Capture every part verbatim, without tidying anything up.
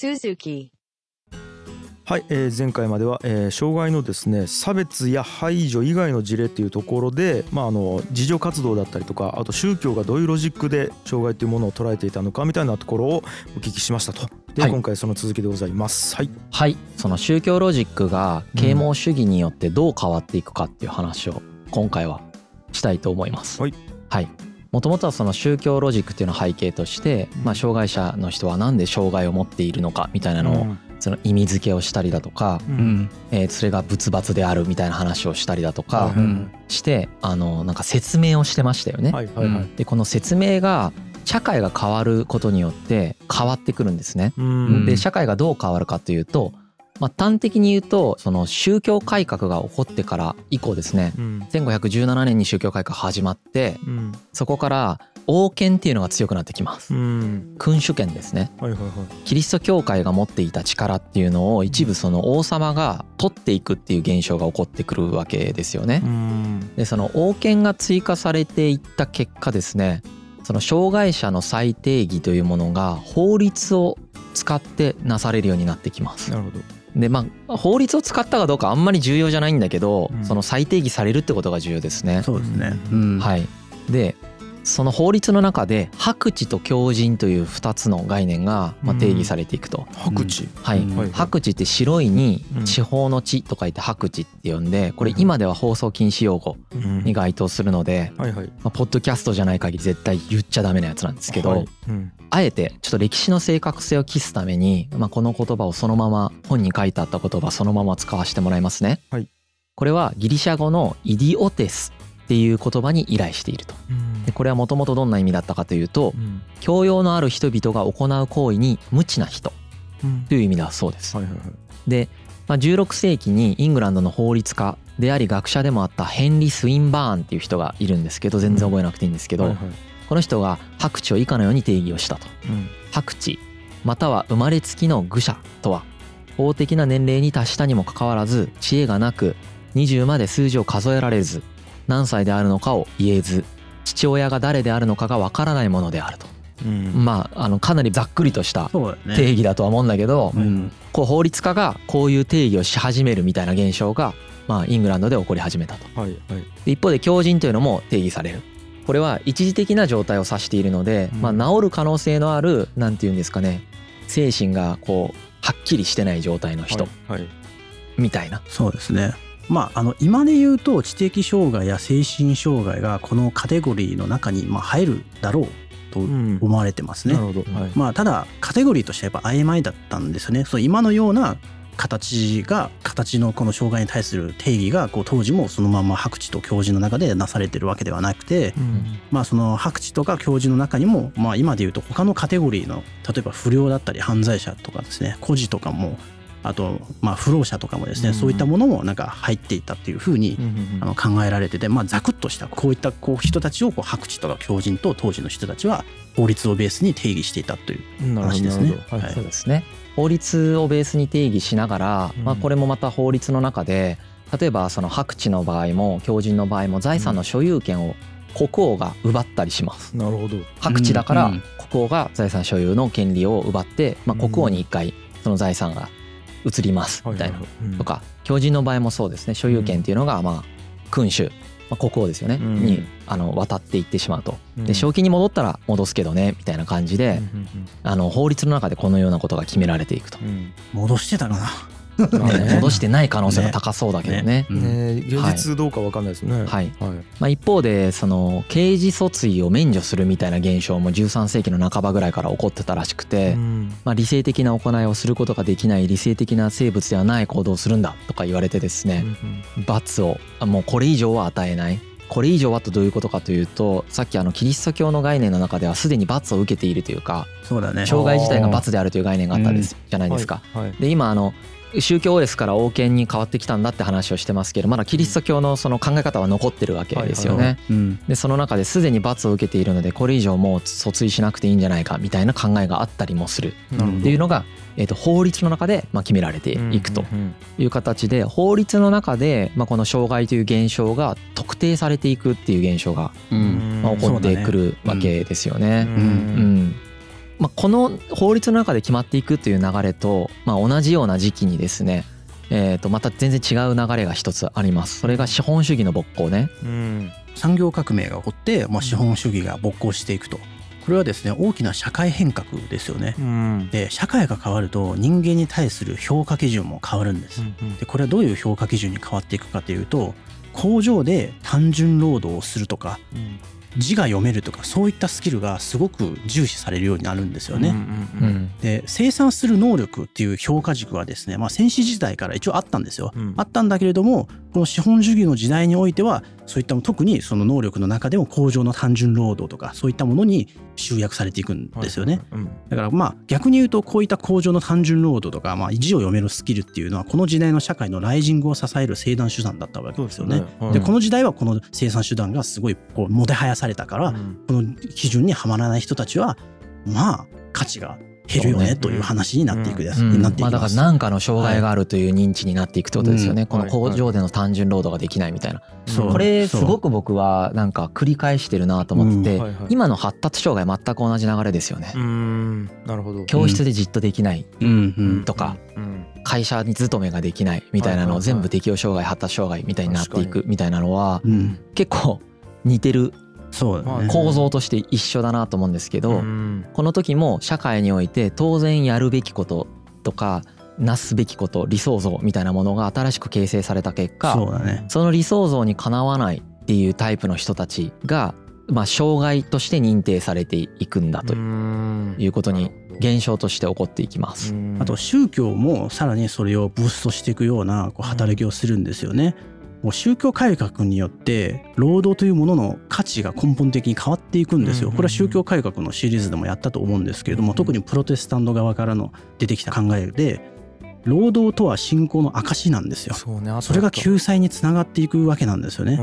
Suzuki。 はい、えー、前回までは、えー、障害のですね差別や排除以外の事例っていうところで、まあ、あの自助活動だったりとか、あと宗教がどういうロジックで障害というものを捉えていたのかみたいなところをお聞きしましたと。で、はい、今回その続きでございます。はい、 はい、その宗教ロジックが啓蒙主義によってどう変わっていくかっていう話を今回はしたいと思います。はい、はい、もともとはその宗教ロジックっていうのを背景として、まあ、障害者の人はなんで障害を持っているのかみたいなのを、うん、その意味付けをしたりだとか、うんえー、それが仏罰であるみたいな話をしたりだとかして、あのなんか説明をしてましたよね。はいはいはい、でこの説明が社会が変わることによって変わってくるんですね。で社会がどう変わるかというと、まあ、端的に言うとその宗教改革が起こってから以降ですね、うん、せんごひゃくじゅうななねんに宗教改革始まって、うん、そこから王権っていうのが強くなってきます、うん、君主権ですね、はいはいはい、キリスト教会が持っていた力っていうのを一部その王様が取っていくっていう現象が起こってくるわけですよね、うん、でその王権が追加されていった結果ですね、その障害者の再定義というものが法律を使ってなされるようになってきます。なるほど。でまあ法律を使ったかどうかあんまり重要じゃないんだけど、うん、その再定義されるってことが重要ですね。そうですね、うん、はい。でその法律の中で白地と強靭というふたつの概念がまあ定義されていくと、うん、白地、はい、はい、白地って白いに地方の地と書いて白地って呼んで、これ今では放送禁止用語に該当するので、はいはい、まあ、ポッドキャストじゃない限り絶対言っちゃダメなやつなんですけど、はい、うん、あえてちょっと歴史の正確性を期すために、まあ、この言葉をそのまま本に書いてあった言葉そのまま使わせてもらいますね、はい、これはギリシャ語のイディオテスっていう言葉に依頼していると。でこれはもともとどんな意味だったかというと、うん、教養のある人々が行う行為に無知な人という意味だそうです、うんはいはいはい、で、まあ、じゅうろくせいきにイングランドの法律家であり学者でもあったヘンリー・スウィンバーンっていう人がいるんですけど、全然覚えなくていいんですけど、うんはいはい、この人が白地を以下のように定義をしたと、うん、白地または生まれつきの愚者とは法的な年齢に達したにもかかわらず知恵がなくにじゅうまで数字を数えられず何歳であるのかを言えず父親が誰であるのかがわからないものであると、うん、まああのかなりざっくりとした定義だとは思うんだけど、うん、こう法律家がこういう定義をし始めるみたいな現象が、まあ、イングランドで起こり始めたと、はいはい、で一方で強靭というのも定義される。これは一時的な状態を指しているので、うん、まあ、治る可能性のあるなんていうんですかね、精神がこうはっきりしてない状態の人、はいはい、みたいな。 そうですね。まあ、あの今で言うと知的障害や精神障害がこのカテゴリーの中にまあ入るだろうと思われてますね、うん、なるほど、はい、まあ、ただカテゴリーとしてはやっぱ曖昧だったんですよね。そう今のような形が形のこの障害に対する定義がこう当時もそのまま白地と強靭の中でなされてるわけではなくて、うん、まあその白地とか強靭の中にもまあ今で言うと他のカテゴリーの例えば不良だったり犯罪者とかですね、孤児とかもあとまあ不老者とかもですね、うん、そういったものもなんか入っていたっていうふうにあの考えられてて、まあざくっとしたこういったこう人たちをこう白地とか強靭と当時の人たちは法律をベースに定義していたという話ですね。 はい、そうですね。法律をベースに定義しながら、まあ、これもまた法律の中で例えばその白地の場合も強靭の場合も財産の所有権を国王が奪ったりします。なるほど。白地だから国王が財産所有の権利を奪って、まあ、国王に一回その財産が移りますみたいなとか、強靭の場合もそうですね。所有権っていうのがまあ君主、まあ、国王ですよね、うん、にあの渡っていってしまうと。で正気に戻ったら戻すけどねみたいな感じで、あの法律の中でこのようなことが決められていくと、うん、 戻してたかなね、戻してない可能性が高そうだけどね。 ねね、現実どうか分かんないですね。はい。はいはい、 まあ、一方でその刑事訴追を免除するみたいな現象もじゅうさんせいきの半ばぐらいから起こってたらしくて、うん、まあ、理性的な行いをすることができない理性的な生物ではない行動をするんだとか言われてですね、うんうん、罰をもうこれ以上は与えない。これ以上はとどういうことかというと、さっきあのキリスト教の概念の中ではすでに罰を受けているというか、そうだね、障害自体が罰であるという概念があったんです、うん、じゃないですか。はいはい、で今あの宗教 オーエス から王権に変わってきたんだって話をしてますけど、まだキリスト教のその考え方は残ってるわけですよね。でその中ですでに罰を受けているのでこれ以上もう訴追しなくていいんじゃないかみたいな考えがあったりもするっていうのが、えーと法律の中でまあ決められていくという形で、法律の中でまあこの障害という現象が特定されていくっていう現象がまあ起こってくるわけですよね。 まあ、この法律の中で決まっていくという流れと、まあ、同じような時期にですね、えー、とまた全然違う流れが一つあります。それが資本主義の勃興ね。 うん、産業革命が起こって、まあ、資本主義が勃興していくと。これはですね大きな社会変革ですよね。うん、で社会が変わると人間に対する評価基準も変わるんです。うんうん、でこれはどういう評価基準に変わっていくかというと、工場で単純労働をするとか、うん、字が読めるとかそういったスキルがすごく重視されるようになるんですよね。うんうんうん、で生産する能力っていう評価軸はですね、まあ、先史時代から一応あったんですよ。うん、あったんだけれどもこの資本主義の時代においてはそういった特にその能力の中でも工場の単純労働とかそういったものに集約されていくんですよね。はいはいはい、うん、だからまあ逆に言うとこういった工場の単純労働とかまあ字を読めるスキルっていうのはこの時代の社会のライジングを支える生産手段だったわけですよね。で、はい、でこの時代はこの生産手段がすごいこうもてはやされたから、うん、この基準にはまらない人たちはまあ価値が減るよねという話になっていくです、うんうん、なっていきます。まあ、だから何かの障害があるという認知になっていくってことですよね、はい、この工場での単純労働ができないみたいな、はいはい、これすごく僕はなんか繰り返してるなと思ってて、うんはいはい、今の発達障害全く同じ流れですよね。 うーん、なるほど。 教室でじっとできないとか、うんうんうん、会社に勤めができないみたいなのを全部適応障害発達障害みたいになっていくみたいなのは結構似てるそうだね、構造として一緒だなと思うんですけど、うん、この時も社会において当然やるべきこととかなすべきこと理想像みたいなものが新しく形成された結果、そうだね、その理想像にかなわないっていうタイプの人たちが、まあ、障害として認定されていくんだということに現象として起こっていきます。 あと宗教もさらにそれをブーストしていくようなこう働きをするんですよね。もう宗教改革によって労働というものの価値が根本的に変わっていくんですよ。これは宗教改革のシリーズでもやったと思うんですけれども、特にプロテスタント側からの出てきた考えで労働とは信仰の証なんですよ。そうね、それが救済につながっていくわけなんですよね。うん、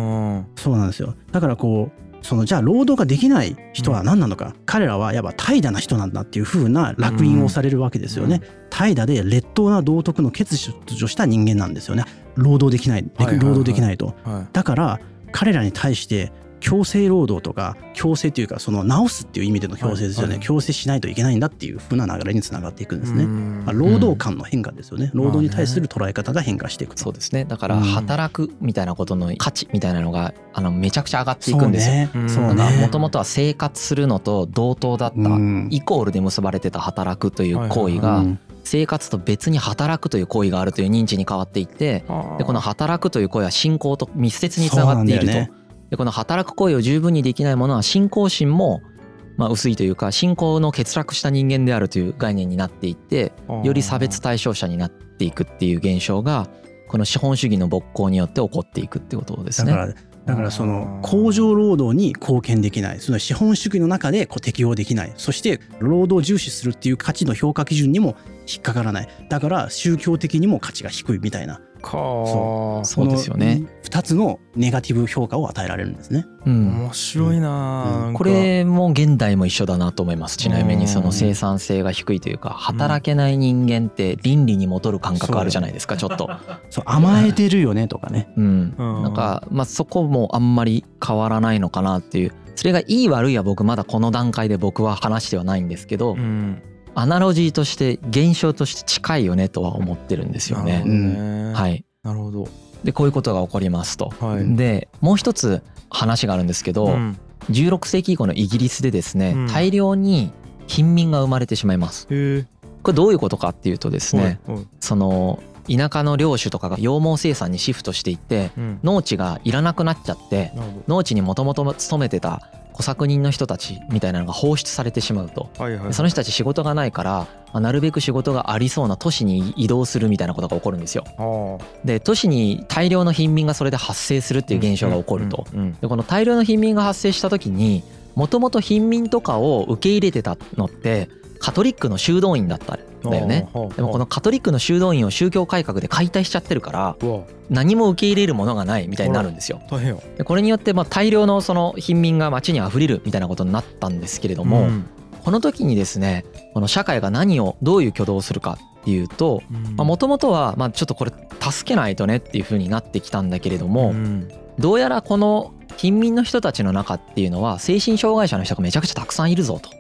そうなんですよ。だからこうそのじゃあ労働ができない人は何なのか、うん、彼らはやっぱ怠惰な人なんだっていう風な烙印をされるわけですよね。うん、怠惰で劣等な道徳の欠如した人間なんですよね。労働できない、労働できないと、はいはいはい、だから彼らに対して強制労働とか強制というかその直すっていう意味での強制ですよね、はいはい、強制しないといけないんだっていう風な流れにつながっていくんですね。まあ、労働観の変化ですよね。労働に対する捉え方が変化していくと、 そうですね。だから働くみたいなことの価値みたいなのがあのめちゃくちゃ上がっていくんですよ。そうね。もともとは生活するのと同等だったイコールで結ばれてた働くという行為が生活と別に働くという行為があるという認知に変わっていって、でこの働くという行為は信仰と密接につながっていると。でこの働く行為を十分にできないものは信仰心もまあ薄いというか信仰の欠落した人間であるという概念になっていってより差別対象者になっていくっていう現象がこの資本主義の勃興によって起こっていくってことですね。 だからだからその工場労働に貢献できない、その資本主義の中でこう適応できない、そして労働を重視するっていう価値の評価基準にも引っかからない、だから宗教的にも価値が低いみたいな、 そう、そうですよね。 ふたつのネガティブ評価を与えられるんですね。 うん、面白いな、 うん、これも現代も一緒だなと思います。ちなみにその生産性が低いというか働けない人間って倫理に戻る感覚あるじゃないですか。ちょっとそう甘えてるよねとかね、 うん、なんかまあそこもあんまり変わらないのかなっていう、それがいい悪いは僕まだこの段階で僕は話してはないんですけど、うん、アナロジーとして現象として近いよねとは思ってるんですよね。 ね、 はい。 なるほど。 でこういうことが起こりますと、はい、でもう一つ話があるんですけど、うん、じゅうろくせいき以降のイギリスでですね、うん、大量に貧民が生まれてしまいます。へこれどういうことかっていうとですね、はいはい、その田舎の領主とかが羊毛生産にシフトしていって、うん、農地がいらなくなっちゃって農地にもともと勤めてた小作人の人たちみたいなのが放出されてしまうと、はいはいはい、その人たち仕事がないから、まあ、なるべく仕事がありそうな都市に移動するみたいなことが起こるんですよ。で都市に大量の貧民がそれで発生するっていう現象が起こると、うんうんうん、でこの大量の貧民が発生した時にもともと貧民とかを受け入れてたのってカトリックの修道院だったんだよね。でもこのカトリックの修道院を宗教改革で解体しちゃってるから何も受け入れるものがないみたいになるんですよ。 大変よ。 でこれによってまあ大量のその貧民が街にあふれるみたいなことになったんですけれども、うん、この時にですねこの社会が何をどういう挙動をするかっていうともともとはまあちょっとこれ助けないとねっていう風になってきたんだけれども、うん、どうやらこの貧民の人たちの中っていうのは精神障害者の人がめちゃくちゃたくさんいるぞと。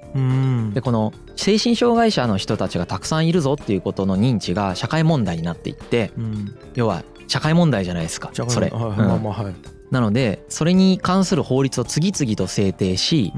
でこの精神障害者の人たちがたくさんいるぞっていうことの認知が社会問題になっていって、うん、要は社会問題じゃないですかそれ、はいはい、まあまあはい、なのでそれに関する法律を次々と制定し、うん、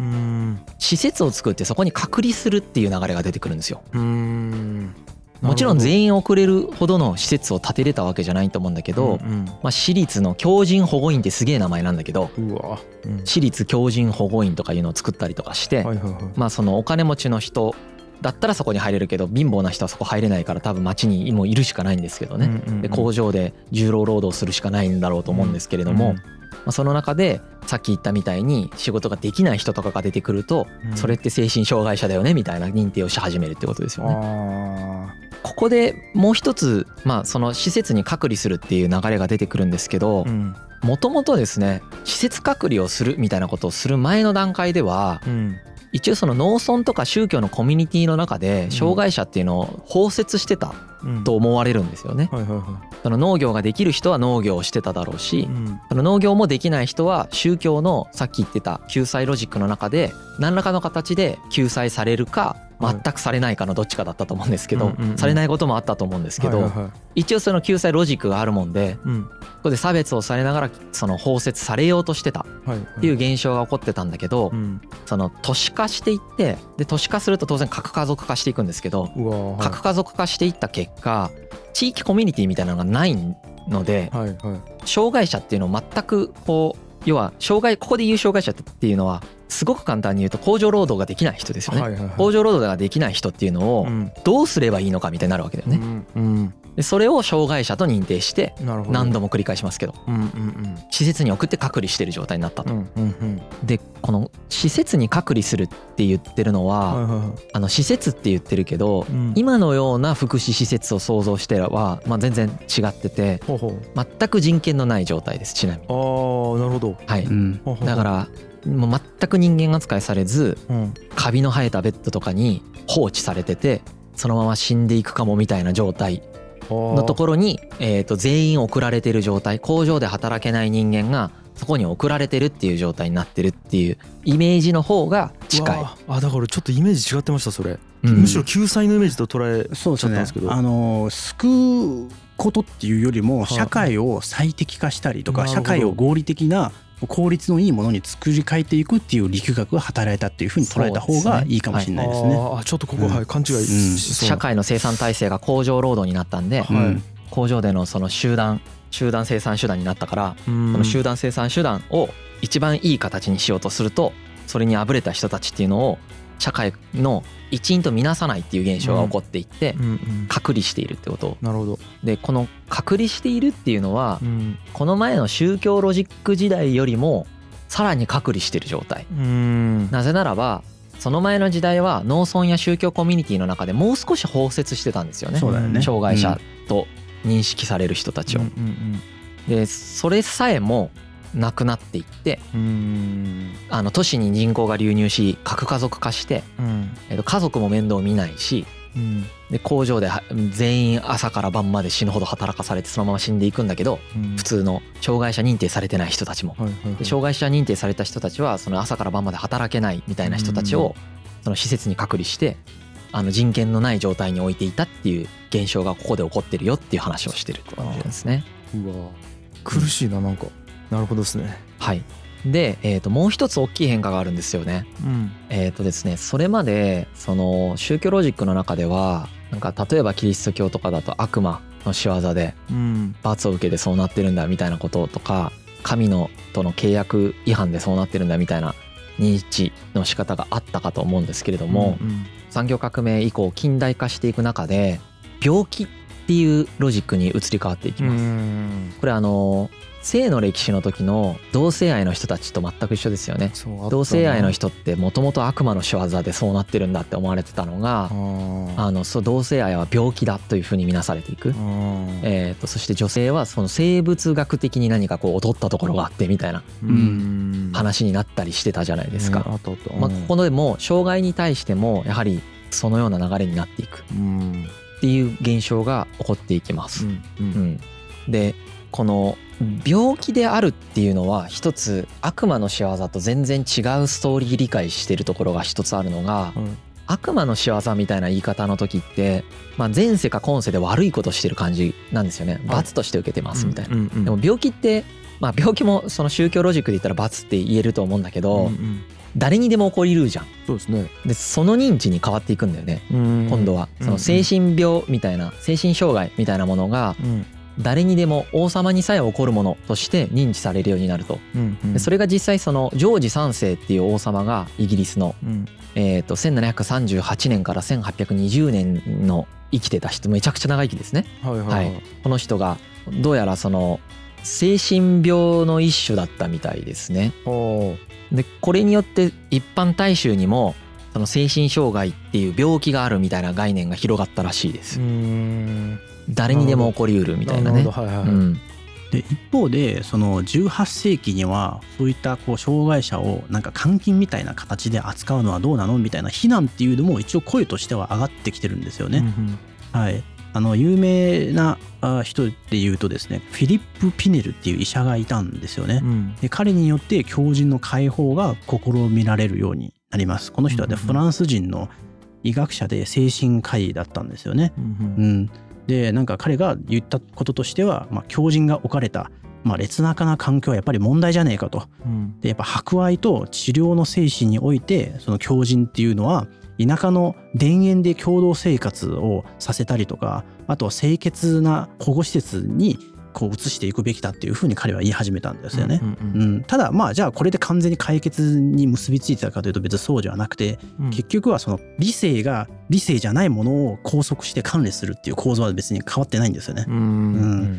施設を作ってそこに隔離するっていう流れが出てくるんですよ。うーん、もちろん全員送れるほどの施設を建てれたわけじゃないと思うんだけど、うんうん、まあ、私立の強靭保護院ってすげえ名前なんだけど、うわ、うん、私立強靭保護院とかいうのを作ったりとかして、はいはいはい、まあそのお金持ちの人だったらそこに入れるけど貧乏な人はそこ入れないから多分町にもういるしかないんですけどね、うんうんうん、で工場で重労働するしかないんだろうと思うんですけれども、うんうん、まあ、その中でさっき言ったみたいに仕事ができない人とかが出てくると、うん、それって精神障害者だよねみたいな認定をし始めるってことですよね。あ、ここでもう一つ、まあその施設に隔離するっていう流れが出てくるんですけど、もともとですね施設隔離をするみたいなことをする前の段階では、うん、一応その農村とか宗教のコミュニティの中で障害者っていうのを包摂してたと思われるんですよね。その農業ができる人は農業をしてただろうし、その農業もできない人は宗教のさっき言ってた救済ロジックの中で何らかの形で救済されるか全くされないかのどっちかだったと思うんですけど、されないこともあったと思うんですけど、一応その救済ロジックがあるもんで、ここで差別をされながらその包摂されようとしてたっていう現象が起こってたんだけど、その都市化していって、で都市化すると当然核家族化していくんですけど、核家族化していった結果地域コミュニティみたいなのがないので、障害者っていうのを全くこう要は障害ここで言う障害者っていうのはすごく簡単に言うと工場労働ができない人ですよね、はいはいはい、工場労働ができない人っていうのをどうすればいいのかみたいになるわけだよね、うんうん、でそれを障害者と認定して何度も繰り返しますけど、うんうんうん、施設に送って隔離してる状態になったと、うんうんうん、でこの施設に隔離するって言ってるのは、はいはいはい、あの施設って言ってるけど、うん、今のような福祉施設を想像しては、まあ、全然違っててほうほう全く人権のない状態です。ちなみにあーなるほど、 はい、うん、だからもう全く人間扱いされず、うん、カビの生えたベッドとかに放置されててそのまま死んでいくかもみたいな状態のところに、えーと全員送られてる状態、工場で働けない人間がそこに送られてるっていう状態になってるっていうイメージの方が近い。 あ、だからちょっとイメージ違ってましたそれ、うん、むしろ救済のイメージと捉えちゃったんですけど、 そうですね、あの救うことっていうよりも社会を最適化したりとか社会を合理的な効率のいいものに作り変えていくっていう力学が働いたっていうふうに捉えた方がいいかもしれないですね。 ですね、はい、あちょっとここ、はい、勘違いしそう、 社会の生産体制が工場労働になったんで、はい、工場でのその集団集団生産手段になったから、その集団生産手段を一番いい形にしようとするとそれにあぶれた人たちっていうのを社会の一員とみなさないっていう現象が起こっていって隔離しているってこと。 なるほど。 でこの隔離しているっていうのはこの前の宗教ロジック時代よりもさらに隔離している状態。なぜならばその前の時代は農村や宗教コミュニティの中でもう少し包摂してたんですよね。 そうだよね。 障害者と認識される人たちを。でそれさえもなくなっていって、うーんあの都市に人口が流入し核家族化して、うんえっと、家族も面倒見ないし、うん、で工場で全員朝から晩まで死ぬほど働かされてそのまま死んでいくんだけど、うん、普通の障害者認定されてない人たちも、はいはいはい、で障害者認定された人たちはその朝から晩まで働けないみたいな人たちをその施設に隔離してあの人権のない状態に置いていたっていう現象がここで起こってるよっていう話をしてるって感じですね。 うわ苦しいななんか。なるほどですね。 はい。で、えー、ともう一つ大きい変化があるんですよね。うん、えっ、とですね、それまでその宗教ロジックの中ではなんか例えばキリスト教とかだと悪魔の仕業で罰を受けてそうなってるんだみたいなこととか、神のとの契約違反でそうなってるんだみたいな認知の仕方があったかと思うんですけれども、うんうん、産業革命以降近代化していく中で病気っていうロジックに移り変わっていきます。うんこれあの性の歴史の時の同性愛の人たちと全く一緒ですよね。同性愛の人ってもともと悪魔の仕業でそうなってるんだって思われてたのが、あのそう同性愛は病気だというふうに見なされていく。えーとそして女性はその生物学的に何かこう劣ったところがあってみたいな話になったりしてたじゃないですか。まあここでも障害に対してもやはりそのような流れになっていくっていう現象が起こっていきます。うんうん、でこの病気であるっていうのは一つ悪魔の仕業と全然違うストーリー理解してるところが一つあるのが、うん、悪魔の仕業みたいな言い方の時って、まあ、前世か今世で悪いことしてる感じなんですよね。罰として受けてますみたいな、うんうんうん、でも病気って、まあ、病気もその宗教ロジックで言ったら罰って言えると思うんだけど、うんうん、誰にでも起こりうるじゃん。 そうですね。 でその認知に変わっていくんだよね。今度はその精神病みたいな精神障害みたいなものが誰にでも王様にさえ起こるものとして認知されるようになると、でそれが実際そのジョージさんせいっていう王様がイギリスの、えーとせんななひゃくさんじゅうはちねんからせんはっぴゃくにじゅうねんの生きてた人、めちゃくちゃ長生きですね。はいはいはいはい、この人がどうやらその精神病の一種だったみたいですね。でこれによって一般大衆にもその精神障害っていう病気があるみたいな概念が広がったらしいです。うーん、誰にでも起こりうるみたいなね。はいはいはい、うん、 で一方でそのじゅうはっせいきにはそういったこう障害者をなんか監禁みたいな形で扱うのはどうなのみたいな非難っていうのも一応声としては上がってきてるんですよね。うんうん、はい、あの有名な人でいうとですね、フィリップ・ピネルっていう医者がいたんですよね。うん、で彼によって強靭の解放が試みられるようになります。この人はね、うんうん、フランス人の医学者で精神科医だったんですよね。うんうんうん、でなんか彼が言ったこととしては、まあ、強靭が置かれた、まあ、劣悪な環境はやっぱり問題じゃねえかと。うん、でやっぱ博愛と治療の精神においてその強靭っていうのは田舎の田園で共同生活をさせたりとか、あとは清潔な保護施設にこう移していくべきだっていうふうに彼は言い始めたんですよね。うんうんうんうん、ただまあじゃあこれで完全に解決に結びついてたかというと別にそうではなくて、うん、結局はその理性が理性じゃないものを拘束して管理するっていう構造は別に変わってないんですよね。うんうん、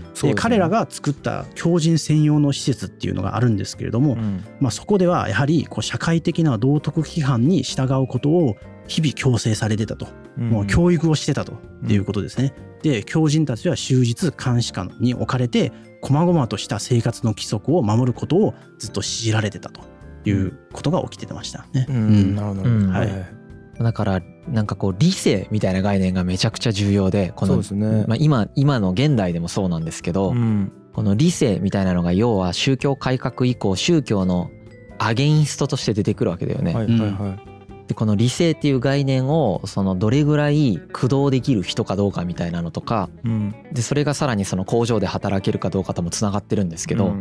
で彼らが作った強靭専用の施設っていうのがあるんですけれども、うん、まあ、そこではやはりこう社会的な道徳規範に従うことを日々強制されてたと、もう教育をしてたとっていうことですね。うん、で強靭たちは終日監視下に置かれて細々とした生活の規則を守ることをずっと強いられてたということが起きてましたね。うんうん、なるほど、はい、 だからなんかこう理性みたいな概念がめちゃくちゃ重要で、この、そうですね、まあ、今今の現代でもそうなんですけど、うん、この理性みたいなのが要は宗教改革以降宗教のアゲインストとして出てくるわけだよね。はいはいはい、でこの理性っていう概念をそのどれぐらい駆動できる人かどうかみたいなのとか、うん、でそれがさらにその工場で働けるかどうかともつながってるんですけど、うんうん、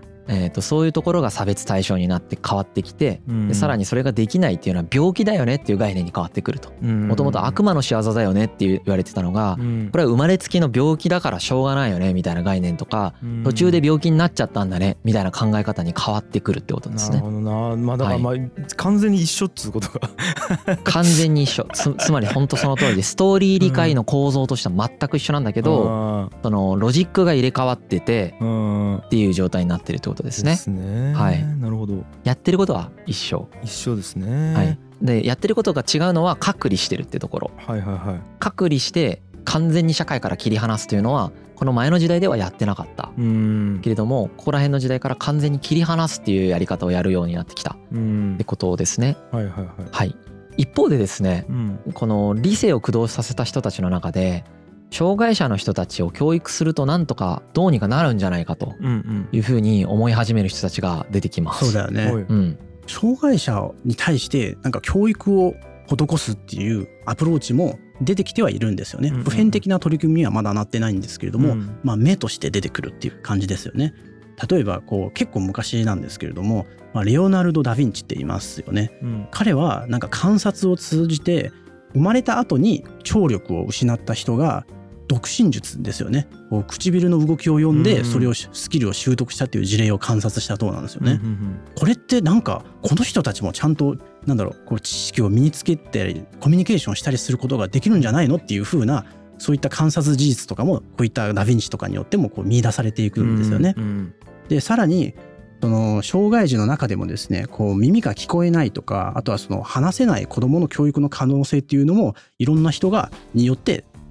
えーとそういうところが差別対象になって変わってきて、うん、でさらにそれができないっていうのは病気だよねっていう概念に変わってくると。もともと悪魔の仕業だよねって言われてたのが、うん、これは生まれつきの病気だからしょうがないよねみたいな概念とか、うん、途中で病気になっちゃったんだねみたいな考え方に変わってくるってことですね。 なるほどな、まあ、だからまあ、はい、完全に一緒っつうことが完全に一緒 つ, つまり本当その通りで、ストーリー理解の構造としては全く一緒なんだけど、うん、そのロジックが入れ替わっててっていう状態になってるってことですね。ですね、はい、 なるほど。 やってることは一緒一緒ですね。 はい、でやってることが違うのは隔離してるってところ、はいはいはい、隔離して完全に社会から切り離すというのはこの前の時代ではやってなかったけれども、ここら辺の時代から完全に切り離すっていうやり方をやるようになってきたってことですね。はいはいはい、はい、一方でですね、うん、この理性を駆動させた人たちの中で障害者の人たちを教育するとなんとかどうにかなるんじゃないかというふうに思い始める人たちが出てきます。 そうだよね、うん、障害者に対してなんか教育を施すっていうアプローチも出てきてはいるんですよね。普遍的な取り組みにはまだなってないんですけれども、うん、まあ目として出てくるっていう感じですよね。例えばこう結構昔なんですけれども、まあ、レオナルド・ダ・ヴィンチって言いますよね。うん、彼はなんか観察を通じて生まれた後に聴力を失った人が読唇術ですよね、こう唇の動きを読んでそれをスキルを習得したっていう事例を観察したそうなんですよね。うんうんうん、これってなんかこの人たちもちゃんとなんだろうこう知識を身につけたりコミュニケーションしたりすることができるんじゃないのっていう風な、そういった観察事実とかもこういったダヴィンチとかによってもこう見出されていくんですよね。うんうん、でさらにその障害児の中でもですね、こう耳が聞こえないとか、あとはその話せない子どもの教育の可能性っていうのもいろんな人がによって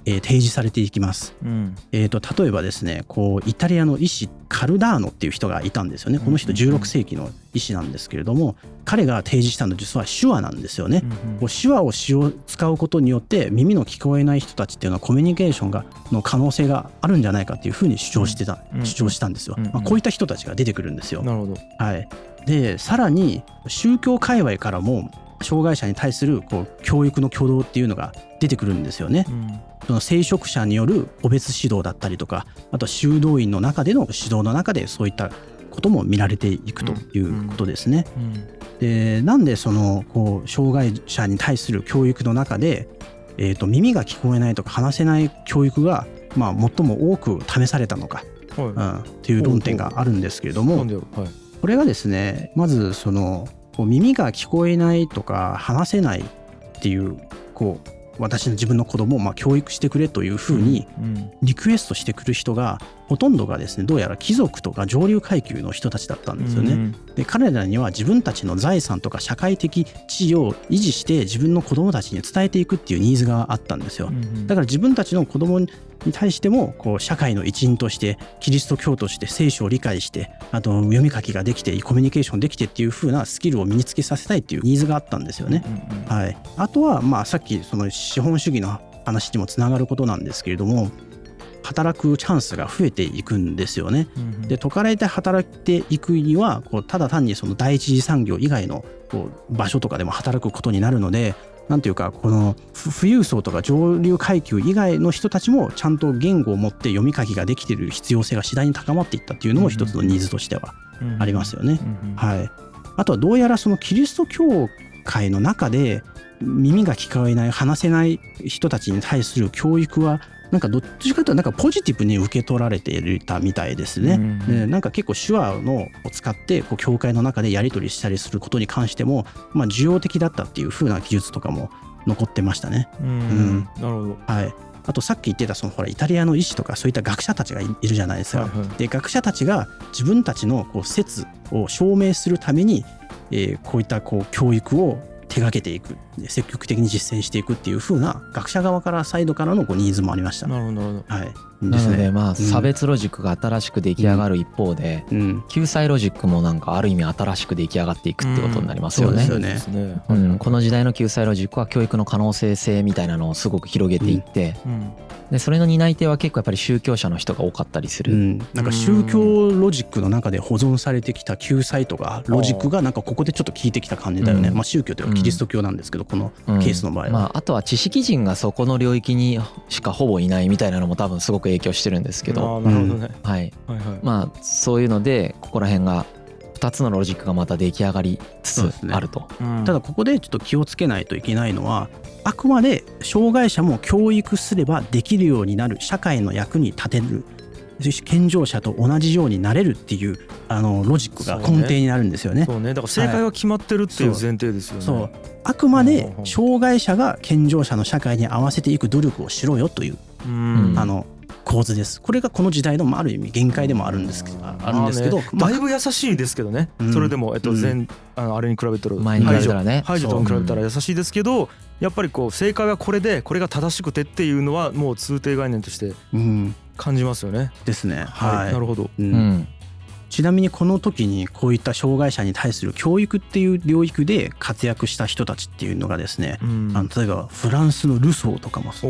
えー、提示されていきます、うんえー、と例えばですねこうイタリアの医師カルダーノっていう人がいたんですよね。この人じゅうろくせいきの医師なんですけれども、彼が提示したのは実は手話なんですよね、うんうん、こう手話を使用使うことによって耳の聞こえない人たちっていうのはコミュニケーションがの可能性があるんじゃないかっていうふうに主張してた、うんうん、主張したんですよ、うんうんまあ、こういった人たちが出てくるんですよ。 なるほど、 はい、でさらに宗教界隈からも障害者に対するこう教育の挙動っていうのが出てくるんですよね、うん、その聖職者による個別指導だったりとか、あと修道院の中での指導の中でそういったことも見られていくということですね、うんうん、でなんでそのこう障害者に対する教育の中で、えーと耳が聞こえないとか話せない教育がまあ最も多く試されたのか、はいうん、っていう論点があるんですけれども、はい、これがですねまずその耳が聞こえないとか話せないっていうこう私の自分の子供をまあ教育してくれというふうにリクエストしてくる人がほとんどがですねどうやら貴族とか上流階級の人たちだったんですよね。で彼らには自分たちの財産とか社会的地位を維持して自分の子供たちに伝えていくっていうニーズがあったんですよ。だから自分たちの子供に対してもこう社会の一員としてキリスト教として聖書を理解して、あと読み書きができてコミュニケーションできてっていう風なスキルを身につけさせたいっていうニーズがあったんですよね、はい、あとはまあさっきその資本主義の話にもつながることなんですけれども、働くチャンスが増えていくんですよね。で都会で働いていくにはこうただ単にその第一次産業以外のこう場所とかでも働くことになるので、なんていうかこの富裕層とか上流階級以外の人たちもちゃんと言語を持って読み書きができている必要性が次第に高まっていったっていうのも一つのニーズとしてはありますよね。はい、あとはどうやらそのキリスト教会の中で耳が聞こえない話せない人たちに対する教育はなんかどっちかというとなんかポジティブに受け取られていたみたいですね、うん、でなんか結構手話のを使ってこう教会の中でやり取りしたりすることに関しても、まあ、需要的だったっていう風な記述とかも残ってましたね。うん、うん、なるほど、はい、あとさっき言ってたそのほらイタリアの医師とかそういった学者たちがいるじゃないですか、はいはい、で学者たちが自分たちのこう説を証明するために、えー、こういったこう教育を手掛けていく、積極的に実践していくっていう風な学者側からサイドからのこうニーズもありました。 なるほど、 はい、なのでまあ差別ロジックが新しく出来上がる一方で、うん、救済ロジックもなんかある意味新しく出来上がっていくってことになりますよね。そうですね、うん、この時代の救済ロジックは教育の可能性性みたいなのをすごく広げていって、うんうんでそれの担い手は結構やっぱり宗教者の人が多かったりする、うん、 なんか宗教ロジックの中で保存されてきた救済とかロジックがなんかここでちょっと効いてきた感じだよね、うんまあ、宗教というかキリスト教なんですけど、うん、このケースの場合は、 うんまあ、あとは知識人がそこの領域にしかほぼいないみたいなのも多分すごく影響してるんですけど、 あなるほどね、 はい、はいはい、まあそういうのでここら辺がふたつのロジックがまた出来上がりつつあると、ねうん、ただここでちょっと気をつけないといけないのは、あくまで障害者も教育すればできるようになる、社会の役に立てる、健常者と同じようになれるっていうあのロジックが根底になるんですよね。 そうね、そうね、だから正解は決まってるっていう前提ですよね。 そう、そう、あくまで障害者が健常者の社会に合わせていく努力をしろよという、うん、あの構図です。これがこの時代のある意味限界でもあるんですけど、あるんですけど、 だいぶ優しいですけどね、うん、それでも、えっと、前、うん、あのあれに比べたら前に比べたらね、 排除と比べたら優しいですけど、やっぱりこう正解はこれでこれが正しくてっていうのはもう通底概念として感じますよね、うん、 ですね、 はい、はい、なるほど、うんうん、ちなみにこの時にこういった障害者に対する教育っていう領域で活躍した人たちっていうのがですね、うん、あの例えばフランスのルソーとかもそう、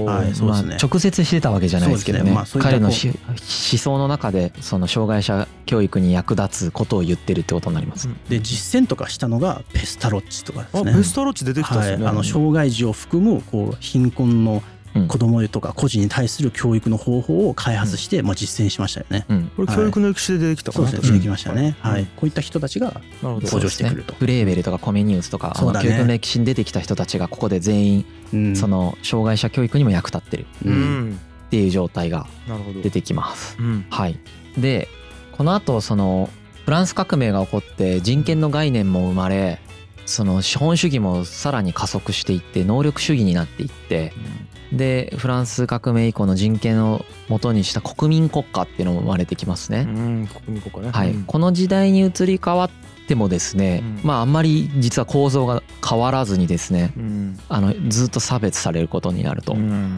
はいそうですね、まあ、直接してたわけじゃないですけどね、ね、まあ、彼の思想の中でその障害者教育に役立つことを言ってるってことになります、うん、 で実践とかしたのがペスタロッチとかですね。 あペスタロッチ出てきたんですよね、 はい、あの障害児を含むこう貧困の子供とか個人に対する教育の方法を開発して、まあ、実践しましたよね、 うん、これ教育の歴史で出てきたかな、 はい、そうですね、出てきましたね、うんはい、こういった人たちが登場してくると、 ね、フレーベルとかコメニウスとか、あの教育の歴史に出てきた人たちがここで全員、うん、その障害者教育にも役立ってるっていう状態が出てきます、うん、はい。でこの後そのフランス革命が起こって人権の概念も生まれ、その資本主義もさらに加速していって能力主義になっていって、うん、でフランス革命以降の人権を元にした国民国家っていうのも生まれてきますね、うん、国民国家ね、はい、うん、この時代に移り変わってもですね、うん、まああんまり実は構造が変わらずにですね、うん、あのずっと差別されることになると、うん、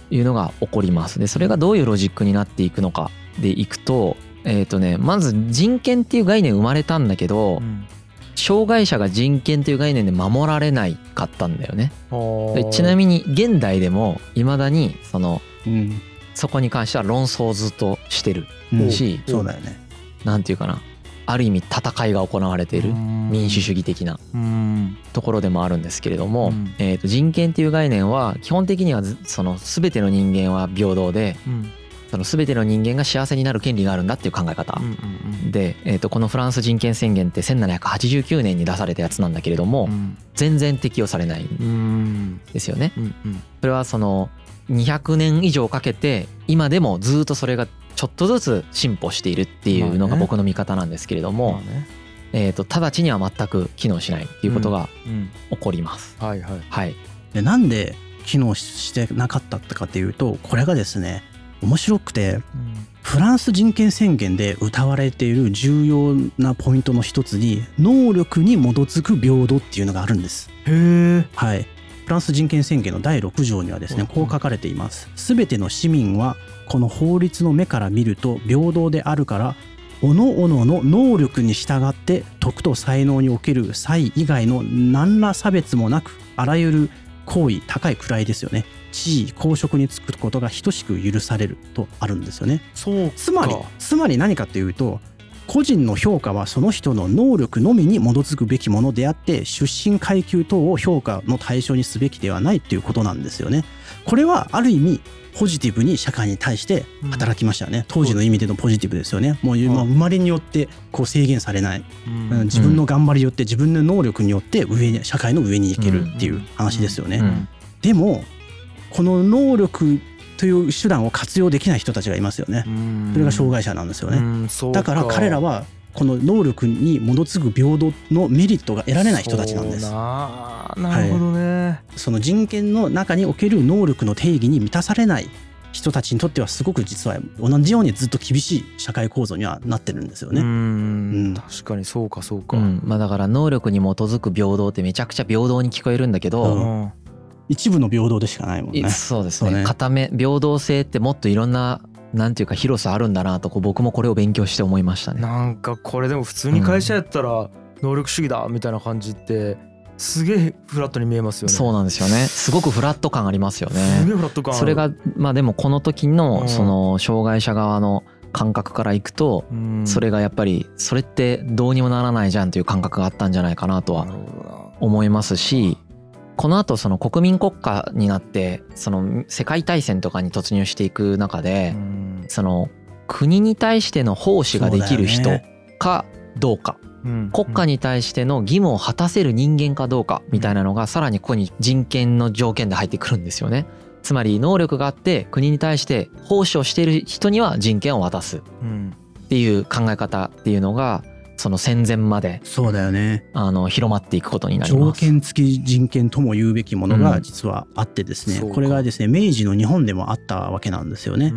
いうのが起こります。でそれがどういうロジックになっていくのかでいくと、えーとね、まず人権っていう概念生まれたんだけど、うん、障害者が人権という概念で守られないかったんだよね。でちなみに現代でもいまだにその、うん、そこに関しては論争をずっとしてるし、 うん、そうだよね。 なんていうかな、ある意味戦いが行われている民主主義的なところでもあるんですけれども、えーと人権っていう概念は基本的にはその全ての人間は平等で、その全ての人間が幸せになる権利があるんだっていう考え方で、えーとこのフランス人権宣言ってせんななひゃくはちじゅうきゅうねんに出されたやつなんだけれども、全然適用されないんですよね。それはそのにひゃくねん以上かけて今でもずっとそれがちょっとずつ進歩しているっていうのが僕の見方なんですけれども、えーと直ちには全く機能しないっていうことが起こります。 はいはいはい。 でなんで機能してなかったかっていうと、これがですね面白くて、フランス人権宣言で謳われている重要なポイントの一つに能力に基づく平等っていうのがあるんです。 へー。 はい。フランス人権宣言のだいろく条にはですねこう書かれています。すべての市民はこの法律の目から見ると平等であるから、各々の能力に従って徳と才能における差異以外の何ら差別もなく、あらゆる行為、高い位ですよね、地位公職に就くことが等しく許されるとあるんですよね。 そうか。 つまりつまり何かというと、個人の評価はその人の能力のみに基づくべきものであって、出身階級等を評価の対象にすべきではないということなんですよね。これはある意味ポジティブに社会に対して働きましたよね、うん、当時の意味でのポジティブですよね。もう生まれによってこう制限されない、うん、自分の頑張りによって自分の能力によって上に社会の上に行けるっていう話ですよね、うんうん、でもこの能力という手段を活用できない人たちがいますよね。それが障害者なんですよね。だから彼らはこの能力に基づく平等のメリットが得られない人たちなんです。 ななるほどね、はい、 その人権の中における能力の定義に満たされない人たちにとってはすごく実は同じようにずっと厳しい社会構造にはなってるんですよね。 うん、うん、確かにそうかそうか、 うんまあ、だから能力に基づく平等ってめちゃくちゃ平等に聞こえるんだけど、うん一部の平等でしかないもんね。 そうですね。片目平等性ってもっといろんななんていうか広さあるんだなとこう僕もこれを勉強して思いましたね。 なんかこれでも普通に会社やったら能力主義だみたいな感じってすげえフラットに見えますよね。 そうなんですよね。すごくフラット感ありますよね。 すげえフラット感ある。 それがまあでもこの時のその障害者側の感覚からいくとそれがやっぱりそれってどうにもならないじゃんという感覚があったんじゃないかなとは思いますし、この後その国民国家になってその世界大戦とかに突入していく中でその国に対しての奉仕ができる人かどうか、国家に対しての義務を果たせる人間かどうかみたいなのがさらにここに人権の条件で入ってくるんですよね。つまり能力があって国に対して奉仕をしている人には人権を渡すっていう考え方っていうのがその戦前までそうだよねあの広まっていくことになります。 条件付き人権とも言うべきものが実はあってですね、うん、これがですね明治の日本でもあったわけなんですよね、うん、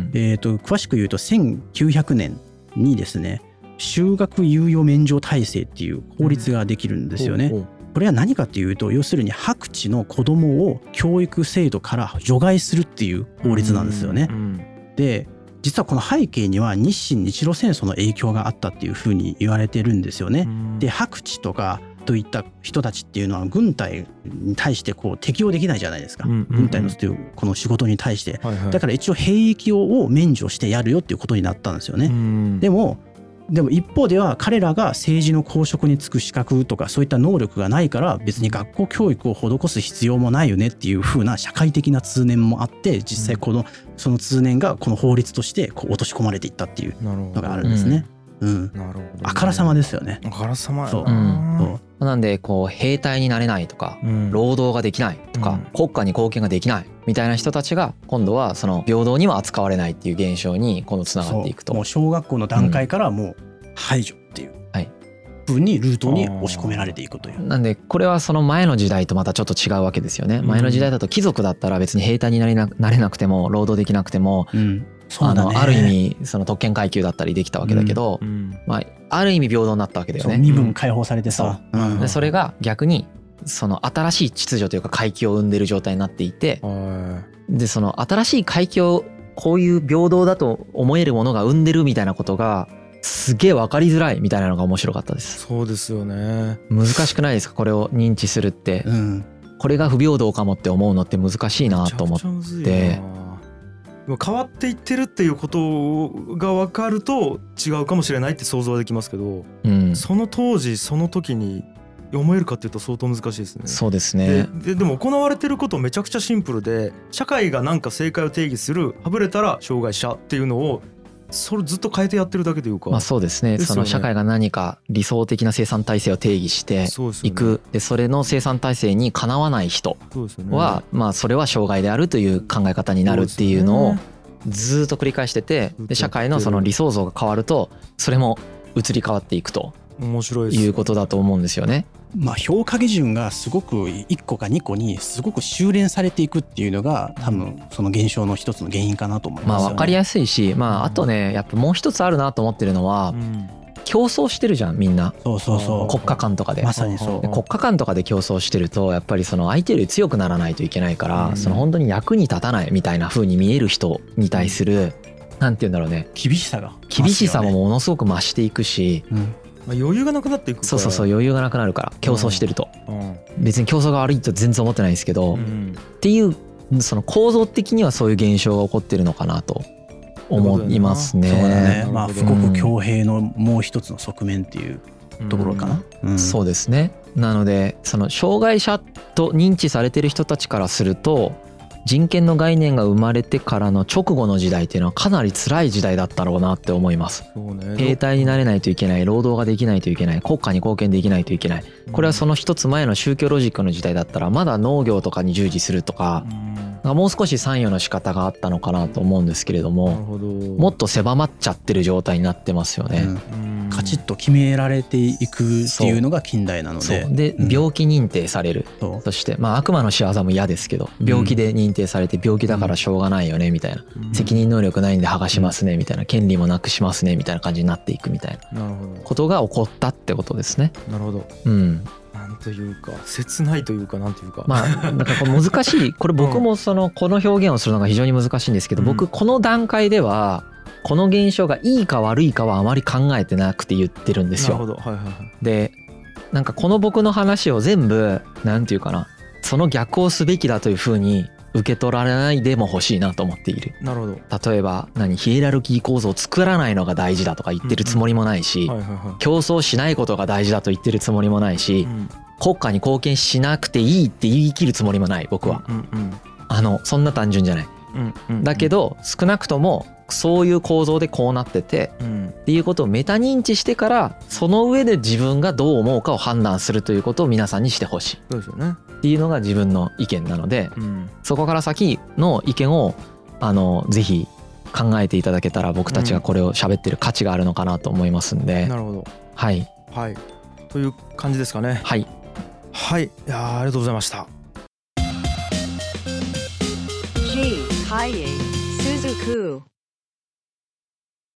えーと詳しく言うとせんきゅうひゃくねんにですね就学猶予免除体制っていう法律ができるんですよね、うん、これは何かっていうと要するに白地の子供を教育制度から除外するっていう法律なんですよね、うんうん、で実はこの背景には日清日露戦争の影響があったっていうふうに言われてるんですよね。で白地とかといった人たちっていうのは軍隊に対してこう適用できないじゃないですか、うんうんうん、軍隊のこの仕事に対して、はいはい、だから一応兵役を免除してやるよっていうことになったんですよね。でもでも一方では彼らが政治の公職に就く資格とかそういった能力がないから別に学校教育を施す必要もないよねっていう風な社会的な通念もあって実際このその通念がこの法律としてこう落とし込まれていったっていうのがあるんですね。うん、なるほどね。あからさまですよね。 あからさまやな。 そう、うん、そうなんでこう兵隊になれないとか、うん、労働ができないとか、うん、国家に貢献ができないみたいな人たちが今度はその平等には扱われないっていう現象に今度つながっていくと。 もう小学校の段階からもう排除っていう分にルートに押し込められていくという、 はい、なんでこれはその前の時代とまたちょっと違うわけですよね。前の時代だと貴族だったら別に兵隊になれな、なれなくても労働できなくても、うんそうだね、あのある意味その特権階級だったりできたわけだけど、うんうんまあ、ある意味平等になったわけだよね。 身分解放されてさ、 うん、でそれが逆にその新しい秩序というか階級を生んでる状態になっていて、 でその新しい階級をこういう平等だと思えるものが生んでるみたいなことがすげえ分かりづらいみたいなのが面白かったです。 そうですよね。 難しくないですかこれを認知するって、 うん、 これが不平等かもって思うのって難しいなと思って。 変わっていってるっていうことが分かると違うかもしれないって想像はできますけど、うん、その当時その時に思えるかっていうと相当難しいですね。 そうですね。 で、で、でも行われてることめちゃくちゃシンプルで、社会がなんか正解を定義するはぶれたら障害者っていうのをそれずっと変えてやってるだけというか。 まあそうですね。その社会が何か理想的な生産体制を定義していく。でそれの生産体制にかなわない人はまあそれは障害であるという考え方になるっていうのをずっと繰り返してて、で社会のその理想像が変わるとそれも移り変わっていくと面白いですいうことだと思うんですよね。 まあ、評価基準がすごくいっこかにこにすごく修練されていくっていうのが多分その現象の一つの原因かなと思いますよね。 まあ分かりやすいし、まああとねやっぱもう一つあるなと思ってるのは、競争してるじゃんみんな。 そうそうそう。 国家間とかで。 まさにそう。 国家間とかで競争してるとやっぱりその相手より強くならないといけないから、その本当に役に立たないみたいな風に見える人に対するなんて言うんだろうね、 厳しさが厳しさもものすごく増していくし。 まあ、余裕がなくなっていくから。 そうそうそう、余裕がなくなるから競争してると、うんうん、別に競争が悪いと全然思ってないんですけど、うん、っていうその構造的にはそういう現象が起こってるのかなと思いますね。 そうだね。まあ富国強兵のもう一つの側面っていうところかな、 うんうん、そうですね。なのでその障害者と認知されてる人たちからすると人権の概念が生まれてからの直後の時代っていうのはかなり辛い時代だったろうなって思います。そうね、兵隊になれないといけない、労働ができないといけない、国家に貢献できないといけない。これはその一つ前の宗教ロジックの時代だったらまだ農業とかに従事するとか、もう少し参与の仕方があったのかなと思うんですけれども、もっと狭まっちゃってる状態になってますよね。 うんカチッと決められていくっていうのが近代なので、 で病気認定される、うん、そしてまあ悪魔の仕業も嫌ですけど病気で認定されて病気だからしょうがないよねみたいな、うん、責任能力ないんで剥がしますねみたいな、権利もなくしますねみたいな感じになっていくみたいなことが起こったってことですね。 なるほど。 うん。 なんというか切ないというかなんというか、 まあなんかこれ難しい、これ僕もそのこの表現をするのが非常に難しいんですけど、僕この段階ではこの現象がいいか悪いかはあまり考えてなくて言ってるんですよ。 なるほど、はいはいはい。 でなんかこの僕の話を全部なんていうかな、その逆をすべきだというふうに受け取られないでも欲しいなと思っている。 なるほど。例えば何ヒエラルキー構造を作らないのが大事だとか言ってるつもりもないし、競争しないことが大事だと言ってるつもりもないし、うん、国家に貢献しなくていいって言い切るつもりもない僕は、うんうんうん、あのそんな単純じゃない、うんうんうん、だけど少なくともそういう構造でこうなってて、うん、っていうことをメタ認知してからその上で自分がどう思うかを判断するということを皆さんにしてほしい。 そうですよね。 っていうのが自分の意見なので、うん、そこから先の意見をあのぜひ考えていただけたら僕たちがこれを喋ってる価値があるのかなと思いますんで、 うん、なるほど。 はいはい、という感じですかね。 はいはい、いやありがとうございました。G ハイエイスズク